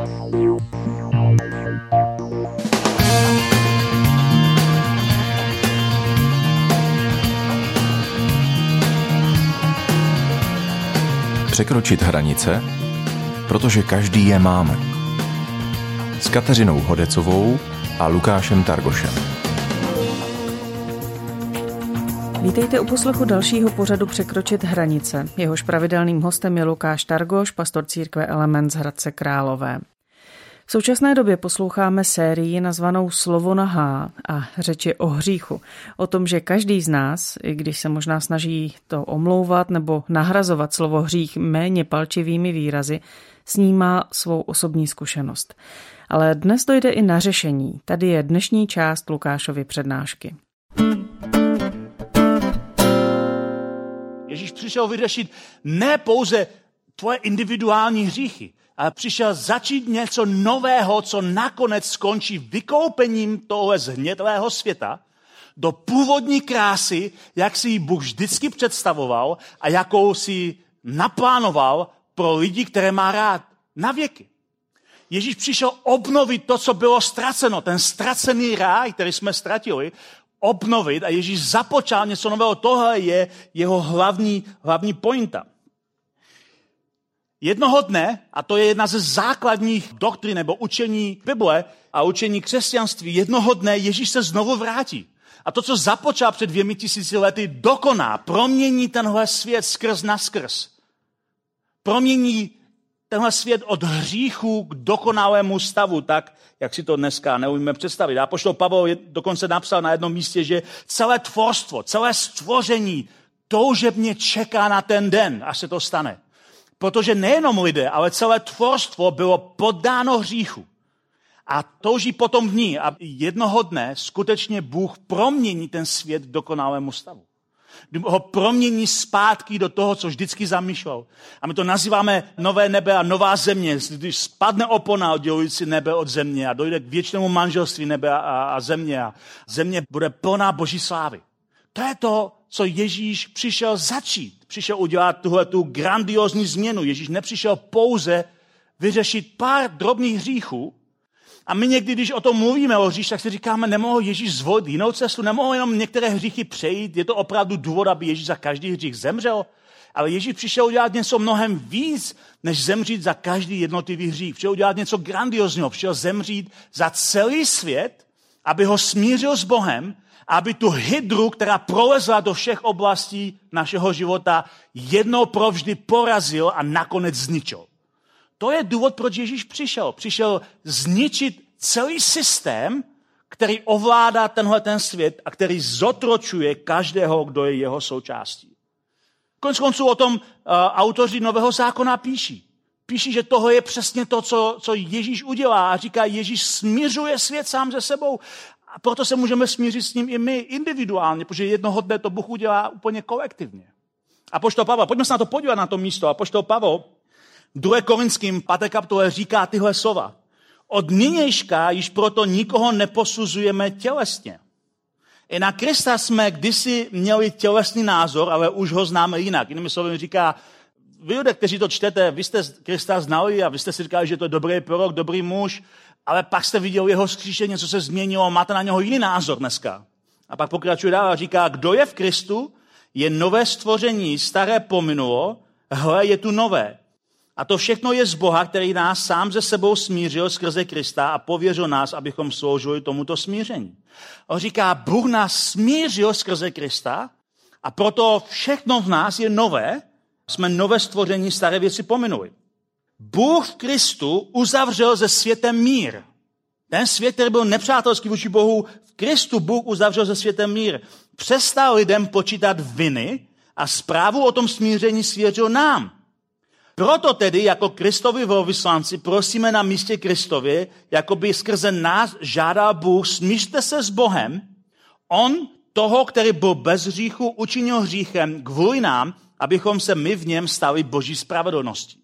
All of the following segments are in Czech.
Překročit hranice, protože každý je máme. S Kateřinou Hodecovou a Lukášem Targošem. Vítejte u poslechu dalšího pořadu Překročit hranice. Jehož pravidelným hostem je Lukáš Targoš, pastor církve Element z Hradce Králové. V současné době posloucháme sérii nazvanou Slovo na H a řeč je o hříchu. O tom, že každý z nás, i když se možná snaží to omlouvat nebo nahrazovat slovo hřích méně palčivými výrazy, s ním má svou osobní zkušenost. Ale dnes dojde i na řešení. Tady je dnešní část Lukášovy přednášky. Ježíš přišel vyřešit ne pouze tvoje individuální hříchy, ale přišel začít něco nového, co nakonec skončí vykoupením tohle zhnědlého světa do původní krásy, jak si ji Bůh vždycky představoval a jakou si naplánoval pro lidi, které má rád na věky. Ježíš přišel obnovit to, co bylo ztraceno, ten ztracený ráj, který jsme ztratili, obnovit a Ježíš započal něco nového. Tohle je jeho hlavní pointa. Jednoho dne, a to je jedna ze základních doktrin nebo učení Bible a učení křesťanství, jednoho dne Ježíš se znovu vrátí. A to, co započal před 2000 lety, dokoná, promění tenhle svět skrz na skrz. Promění tenhle svět od hříchu k dokonalému stavu, tak, jak si to dneska neumíme představit. Apoštol Pavel dokonce napsal na jednom místě, že celé tvorstvo, celé stvoření toužebně čeká na ten den, až se to stane. Protože nejenom lidé, ale celé tvorstvo bylo poddáno hříchu. A touží potom v ní. A jednoho dne skutečně Bůh promění ten svět k dokonalému stavu. Ho promění zpátky do toho, co vždycky zamýšlel. A my to nazýváme nové nebe a nová země. Když spadne opona oddělující nebe od země a dojde k věčnému manželství nebe a země a země bude plná Boží slávy. To je to, co Ježíš přišel začít. Přišel udělat tuhletu grandiózní změnu. Ježíš nepřišel pouze vyřešit pár drobných hříchů. A my někdy, když o tom mluvíme o hřích, tak si říkáme, nemohl Ježíš zvolit jinou cestu, nemohl jenom některé hříchy přejít. Je to opravdu důvod, aby Ježíš za každý hřích zemřel? Ale Ježíš přišel udělat něco mnohem víc, než zemřít za každý jednotlivý hřích. Přišel udělat něco grandiózního. Přišel zemřít za celý svět, aby ho smířil s Bohem, aby tu hydru, která prolezla do všech oblastí našeho života, jednou provždy porazil a nakonec zničil. To je důvod, proč Ježíš přišel. Přišel zničit celý systém, který ovládá ten svět a který zotročuje každého, kdo je jeho součástí. Konec konců o tom autoři Nového zákona píší. Píší, že toho je přesně to, co Ježíš udělá. A říká, Ježíš smiřuje svět sám se sebou. A proto se můžeme smířit s ním i my individuálně, protože jednoho dne to Bůh udělá úplně kolektivně. Apoštol Pavel, pojďme se na to podívat, na to místo. Apoštol Pavel 2. Korinským 5. kapitole říká tyhle slova. Od nynějška již proto nikoho neposuzujeme tělesně. I na Krista jsme kdysi měli tělesný názor, ale už ho známe jinak. Jinými slovy říká, vy lidé, kteří to čtete, vy jste Krista znali a vy jste si říkali, že to je dobrý prorok, dobrý muž, ale pak jste viděli jeho vzkříšení, co se změnilo, máte na něho jiný názor dneska. A pak pokračuje dál a říká, kdo je v Kristu, je nové stvoření, staré pominulo, hle, je tu nové. A to všechno je z Boha, který nás sám ze sebou smířil skrze Krista a pověřil nás, abychom sloužili tomuto smíření. On říká, Bůh nás smířil skrze Krista a proto všechno v nás je nové, jsme nové stvoření, staré věci pominuli. Bůh v Kristu uzavřel se světem mír. Ten svět, který byl nepřátelský vůči Bohu, v Kristu Bůh uzavřel se světem mír. Přestal lidem počítat viny a zprávu o tom smíření svěřil nám. Proto tedy jako Kristovi velvyslanci prosíme na místě Kristově, jako by skrze nás žádal Bůh, smířte se s Bohem. On toho, který byl bez hříchu, učinil hříchem kvůli nám, abychom se my v něm stali Boží spravedlností.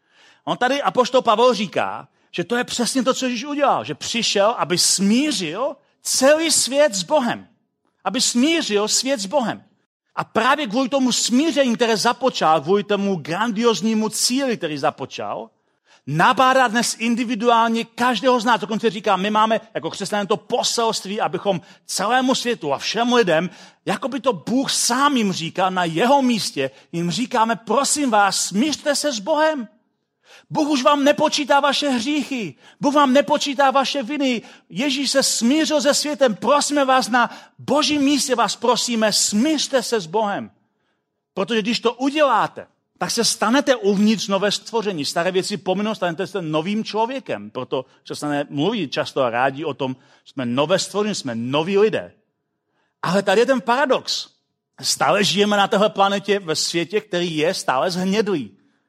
On tady apoštol Pavel říká, že to je přesně to, co Ježíš udělal, že přišel, aby smířil celý svět s Bohem. Aby smířil svět s Bohem. A právě kvůli tomu smíření, které započal, kvůli tomu grandioznímu cíli, který započal, nabádá dnes individuálně každého z nás. Dokonce říká, my máme jako křesťané to poselství, abychom celému světu a všem lidem, jako by to Bůh sám jim říká na jeho místě, jim říkáme, prosím vás, smířte se s Bohem. Bůh už vám nepočítá vaše hříchy. Bůh vám nepočítá vaše viny. Ježíš se smířil se světem. Prosíme vás na Božím místě, vás prosíme, smířte se s Bohem. Protože když to uděláte, tak se stanete uvnitř nové stvoření. Staré věci pominou, stanete se novým člověkem. Proto křesťané mluví často a rádi o tom, jsme nové stvoření, jsme noví lidé. Ale tady je ten paradox. Stále žijeme na téhle planetě ve světě, který je stále zhnědlý.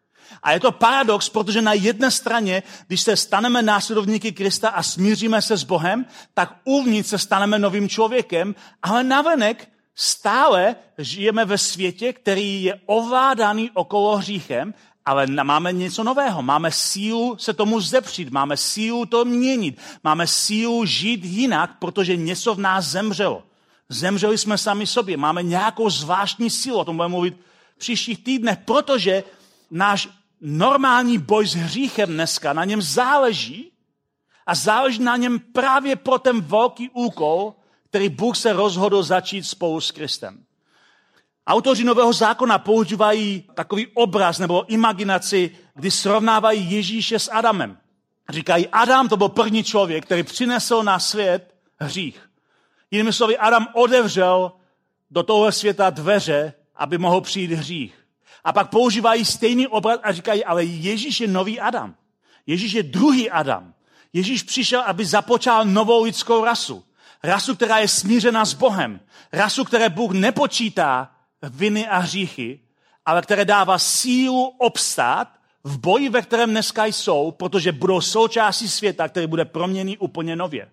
A je to paradox, protože na jedné straně, když se staneme následovníky Krista a smíříme se s Bohem, tak uvnitř se staneme novým člověkem, ale navenek stále žijeme ve světě, který je ovládaný okolo hříchem, ale máme něco nového. Máme sílu se tomu zepřít, máme sílu to měnit, máme sílu žít jinak, protože něco v nás zemřelo. Zemřeli jsme sami sobě, máme nějakou zvláštní sílu, o tom budeme mluvit v příštích týdnech, protože náš normální boj s hříchem dneska, na něm záleží a záleží na něm právě pro ten velký úkol, který Bůh se rozhodl začít spolu s Kristem. Autoři Nového zákona používají takový obraz nebo imaginaci, kdy srovnávají Ježíše s Adamem. Říkají, Adam to byl první člověk, který přinesl na svět hřích. Jinými slovy, Adam otevřel do tohle světa dveře, aby mohl přijít hřích. A pak používají stejný obraz a říkají, ale Ježíš je nový Adam. Ježíš je druhý Adam. Ježíš přišel, aby započal novou lidskou rasu. Rasu, která je smířena s Bohem. Rasu, které Bůh nepočítá viny a hříchy, ale které dává sílu obstát v boji, ve kterém dneska jsou, protože budou součástí světa, který bude proměněný úplně nově.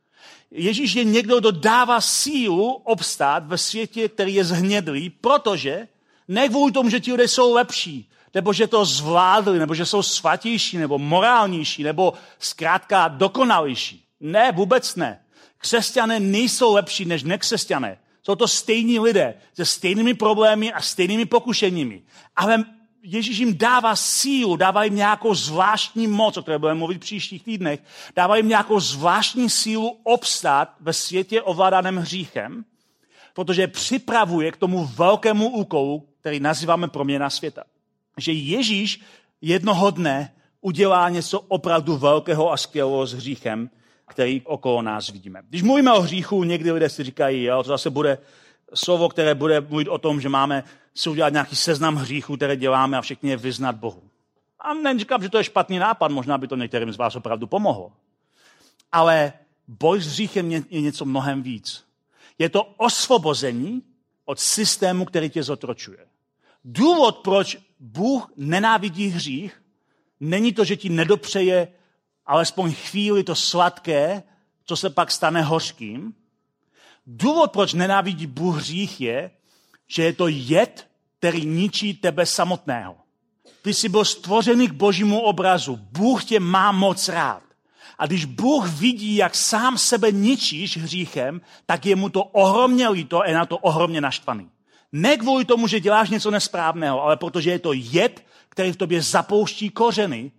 Ježíš je někdo, kdo dává sílu obstát ve světě, který je zhnědlý, protože ne kvůli tomu, že ti lidé jsou lepší, nebo že to zvládli, nebo že jsou svatější, nebo morálnější, nebo zkrátka dokonalejší. Ne, vůbec ne. Křesťané nejsou lepší než nekřesťané. Jsou to stejní lidé se stejnými problémy a stejnými pokušeními. Ale Ježíš jim dává sílu, dává jim nějakou zvláštní moc, o které budeme mluvit v příštích týdnech, dává jim nějakou zvláštní sílu obstát ve světě ovládaném hříchem, protože připravuje k tomu velkému úkolu, který nazýváme proměna světa. Že Ježíš jednoho dne udělá něco opravdu velkého a skvělého s hříchem, který okolo nás vidíme. Když mluvíme o hříchu, někdy lidé si říkají, jo, to zase bude slovo, které bude mluvit o tom, že máme si udělat nějaký seznam hříchů, které děláme a všechny je vyznat Bohu. A neříkám, že to je špatný nápad, možná by to některým z vás opravdu pomohlo. Ale boj s hříchem je něco mnohem víc. Je to osvobození od systému, který tě zotročuje. Důvod, proč Bůh nenávidí hřích, není to, že ti nedopřeje alespoň chvíli to sladké, co se pak stane hořkým. Důvod, proč nenávidí Bůh hřích, je, že je to jed, který ničí tebe samotného. Ty jsi byl stvořený k Božímu obrazu. Bůh tě má moc rád. A když Bůh vidí, jak sám sebe ničíš hříchem, tak je mu to ohromně líto a je na to ohromně naštvaný. Ne kvůli tomu, že děláš něco nesprávného, ale protože je to jed, který v tobě zapouští kořeny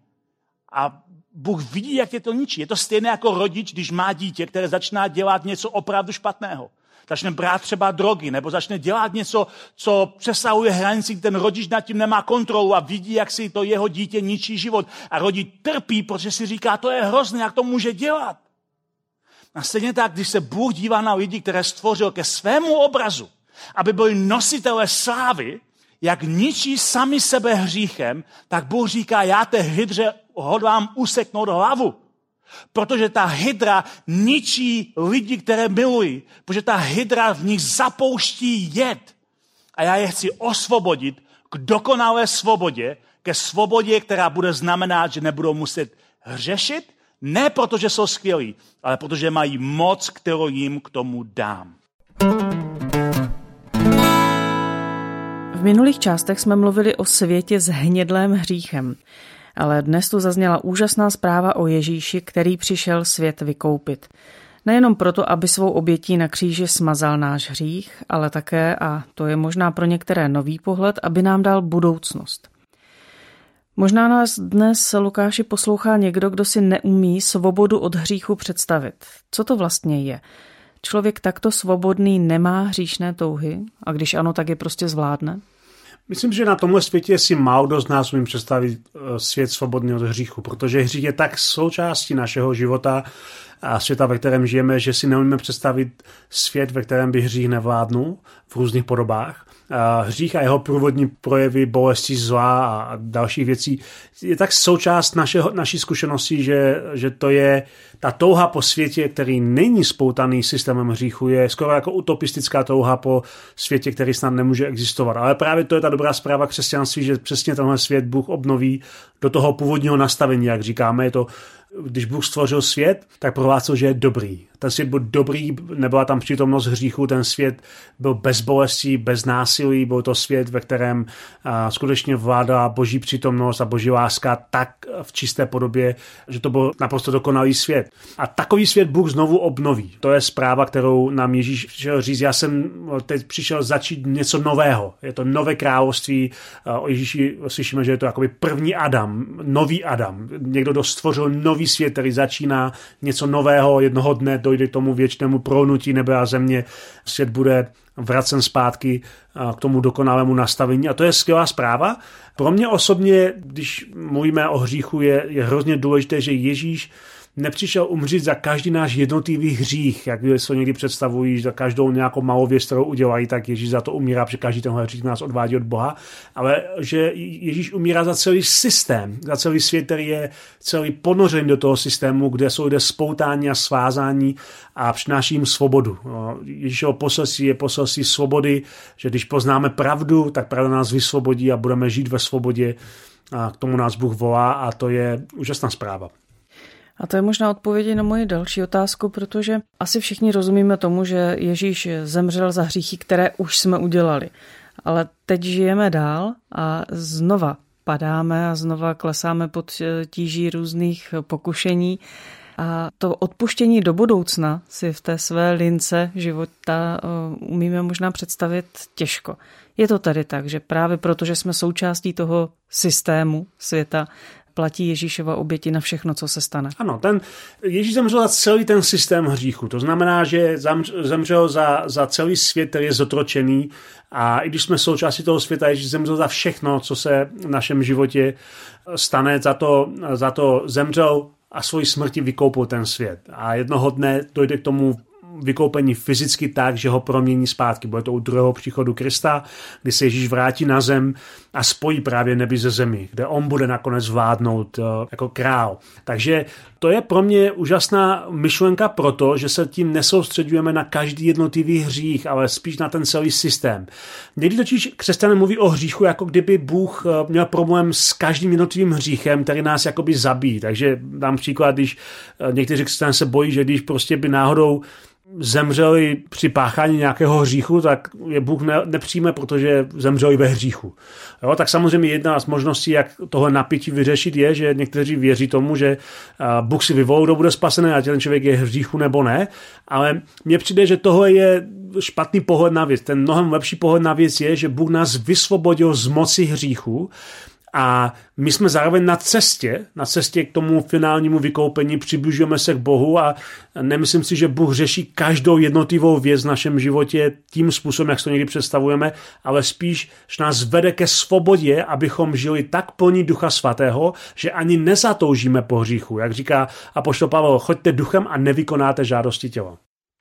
a Bůh vidí, jak tě to ničí. Je to stejné jako rodič, když má dítě, které začíná dělat něco opravdu špatného. Začne brát třeba drogy, nebo začne dělat něco, co přesahuje hranici, ten rodič nad tím nemá kontrolu a vidí, jak si to jeho dítě ničí život. A rodič trpí, protože si říká, to je hrozné, jak to může dělat. A stejně tak, když se Bůh dívá na lidi, které stvořil ke svému obrazu, aby byli nositelé slávy, jak ničí sami sebe hříchem, tak Bůh říká, já té hydře hodlám useknout hlavu. Protože ta hydra ničí lidi, které milují. Protože ta hydra v nich zapouští jed. A já je chci osvobodit k dokonalé svobodě, ke svobodě, která bude znamenat, že nebudou muset hřešit, ne protože jsou skvělí, ale protože mají moc, kterou jim k tomu dám. V minulých částech jsme mluvili o světě s hnědlým hříchem, ale dnes tu zazněla úžasná zpráva o Ježíši, který přišel svět vykoupit. Nejenom proto, aby svou obětí na kříži smazal náš hřích, ale také, a to je možná pro některé nový pohled, aby nám dal budoucnost. Možná nás dnes, Lukáši, poslouchá někdo, kdo si neumí svobodu od hříchu představit. Co to vlastně je? Člověk takto svobodný nemá hříšné touhy? A když ano, tak je prostě zvládne? Myslím, že na tomhle světě si málo kdo z nás umí představit svět svobodný od hříchu, protože hřích je tak součástí našeho života a světa, ve kterém žijeme, že si neumíme představit svět, ve kterém by hřích nevládnul v různých podobách. Hřích a jeho průvodní projevy bolesti, zla a dalších věcí je tak součást naší zkušenosti, že to je ta touha po světě, který není spoutaný systémem hříchu, je skoro jako utopistická touha po světě, který snad nemůže existovat. Ale právě to je ta dobrá zpráva křesťanství, že přesně tenhle svět Bůh obnoví do toho původního nastavení, jak říkáme. Je to, když Bůh stvořil svět, tak prohlásil, že je dobrý. Ten svět byl dobrý, nebyla tam přítomnost hříchu, ten svět byl bez bolesti, bez násilí, byl to svět, ve kterém skutečně vládala boží přítomnost a boží láska tak v čisté podobě, že to byl naprosto dokonalý svět. A takový svět Bůh znovu obnoví. To je zpráva, kterou nám Ježíš přišel říct. Já jsem teď přišel začít něco nového. Je to nové království. O Ježíši slyšíme, že je to jakoby první Adam, nový Adam. Někdo, kdo stvořil nový svět, který začíná něco nového, jednoho dne dojde k tomu věčnému prohnutí nebe a země. Svět bude vracen zpátky k tomu dokonalému nastavení. A to je skvělá zpráva. Pro mě osobně, když mluvíme o hříchu, je hrozně důležité, že Ježíš nepřišel umřít za každý náš jednotlivý hřích, jak se někdy představují, za každou nějakou malou věc, kterou udělají, tak Ježíš za to umírá, protože každý tenhle hřích nás odvádí od Boha, ale že Ježíš umírá za celý systém, za celý svět, který je celý ponořen do toho systému, kde jsou lidé spoutáni a svázání a přináší jim svobodu. Ježíšovo poselství je poselství svobody, že když poznáme pravdu, tak pravda nás vysvobodí a budeme žít ve svobodě. A k tomu nás Bůh volá a to je úžasná zpráva. A to je možná odpověď na moji další otázku, protože asi všichni rozumíme tomu, že Ježíš zemřel za hříchy, které už jsme udělali. Ale teď žijeme dál a znova padáme a znova klesáme pod tíží různých pokušení. A to odpuštění do budoucna si v té své lince života umíme možná představit těžko. Je to tady tak, že právě proto, že jsme součástí toho systému světa, platí Ježíšova oběti na všechno, co se stane. Ano, Ježíš zemřel za celý ten systém hříchu. To znamená, že zemřel za celý svět, který je zotročený, a i když jsme součástí toho světa, Ježíš zemřel za všechno, co se v našem životě stane, za to zemřel a svojí smrti vykoupil ten svět. A jednoho dne dojde k tomu vykoupení fyzicky tak, že ho promění zpátky. Bude to u druhého příchodu Krista, kdy se Ježíš vrátí na zem a spojí právě nebi ze zemi, kde on bude nakonec vládnout jako král. Takže to je pro mě úžasná myšlenka proto, že se tím nesoustředujeme na každý jednotlivý hřích, ale spíš na ten celý systém. Někdy totiž křesťané mluví o hříchu, jako kdyby Bůh měl problém s každým jednotlivým hříchem, který nás jakoby zabíjí. Takže dám příklad, když někteří křesťané se bojí, že když prostě by náhodou zemřeli při páchání nějakého hříchu, tak je Bůh nepřijme, protože zemřeli ve hříchu. Jo, tak samozřejmě jedna z možností, jak tohle napětí vyřešit, je, že někteří věří tomu, že Bůh si vyvolil, kdo bude spasený, a ten člověk je v hříchu nebo ne, ale mně přijde, že tohle je špatný pohled na věc. Ten mnohem lepší pohled na věc je, že Bůh nás vysvobodil z moci hříchu. A my jsme zároveň na cestě k tomu finálnímu vykoupení, přibližujeme se k Bohu a nemyslím si, že Bůh řeší každou jednotlivou věc v našem životě tím způsobem, jak si to někdy představujeme, ale spíš, že nás vede ke svobodě, abychom žili tak plní Ducha Svatého, že ani nezatoužíme po hříchu. Jak říká apoštol Pavel, choďte duchem a nevykonáte žádosti těla.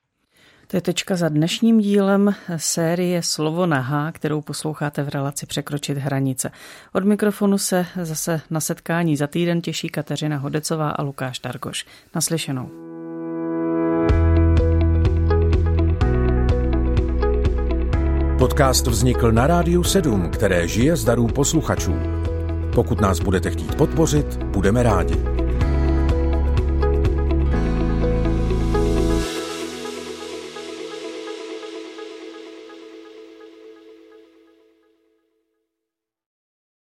To je tečka za dnešním dílem série Slovo na H, kterou posloucháte v relaci Překročit hranice. Od mikrofonu se zase na setkání za týden těší Kateřina Hodecová a Lukáš Targoš. Naslyšenou. Podcast vznikl na Rádiu 7, které žije z darů posluchačů. Pokud nás budete chtít podpořit, budeme rádi.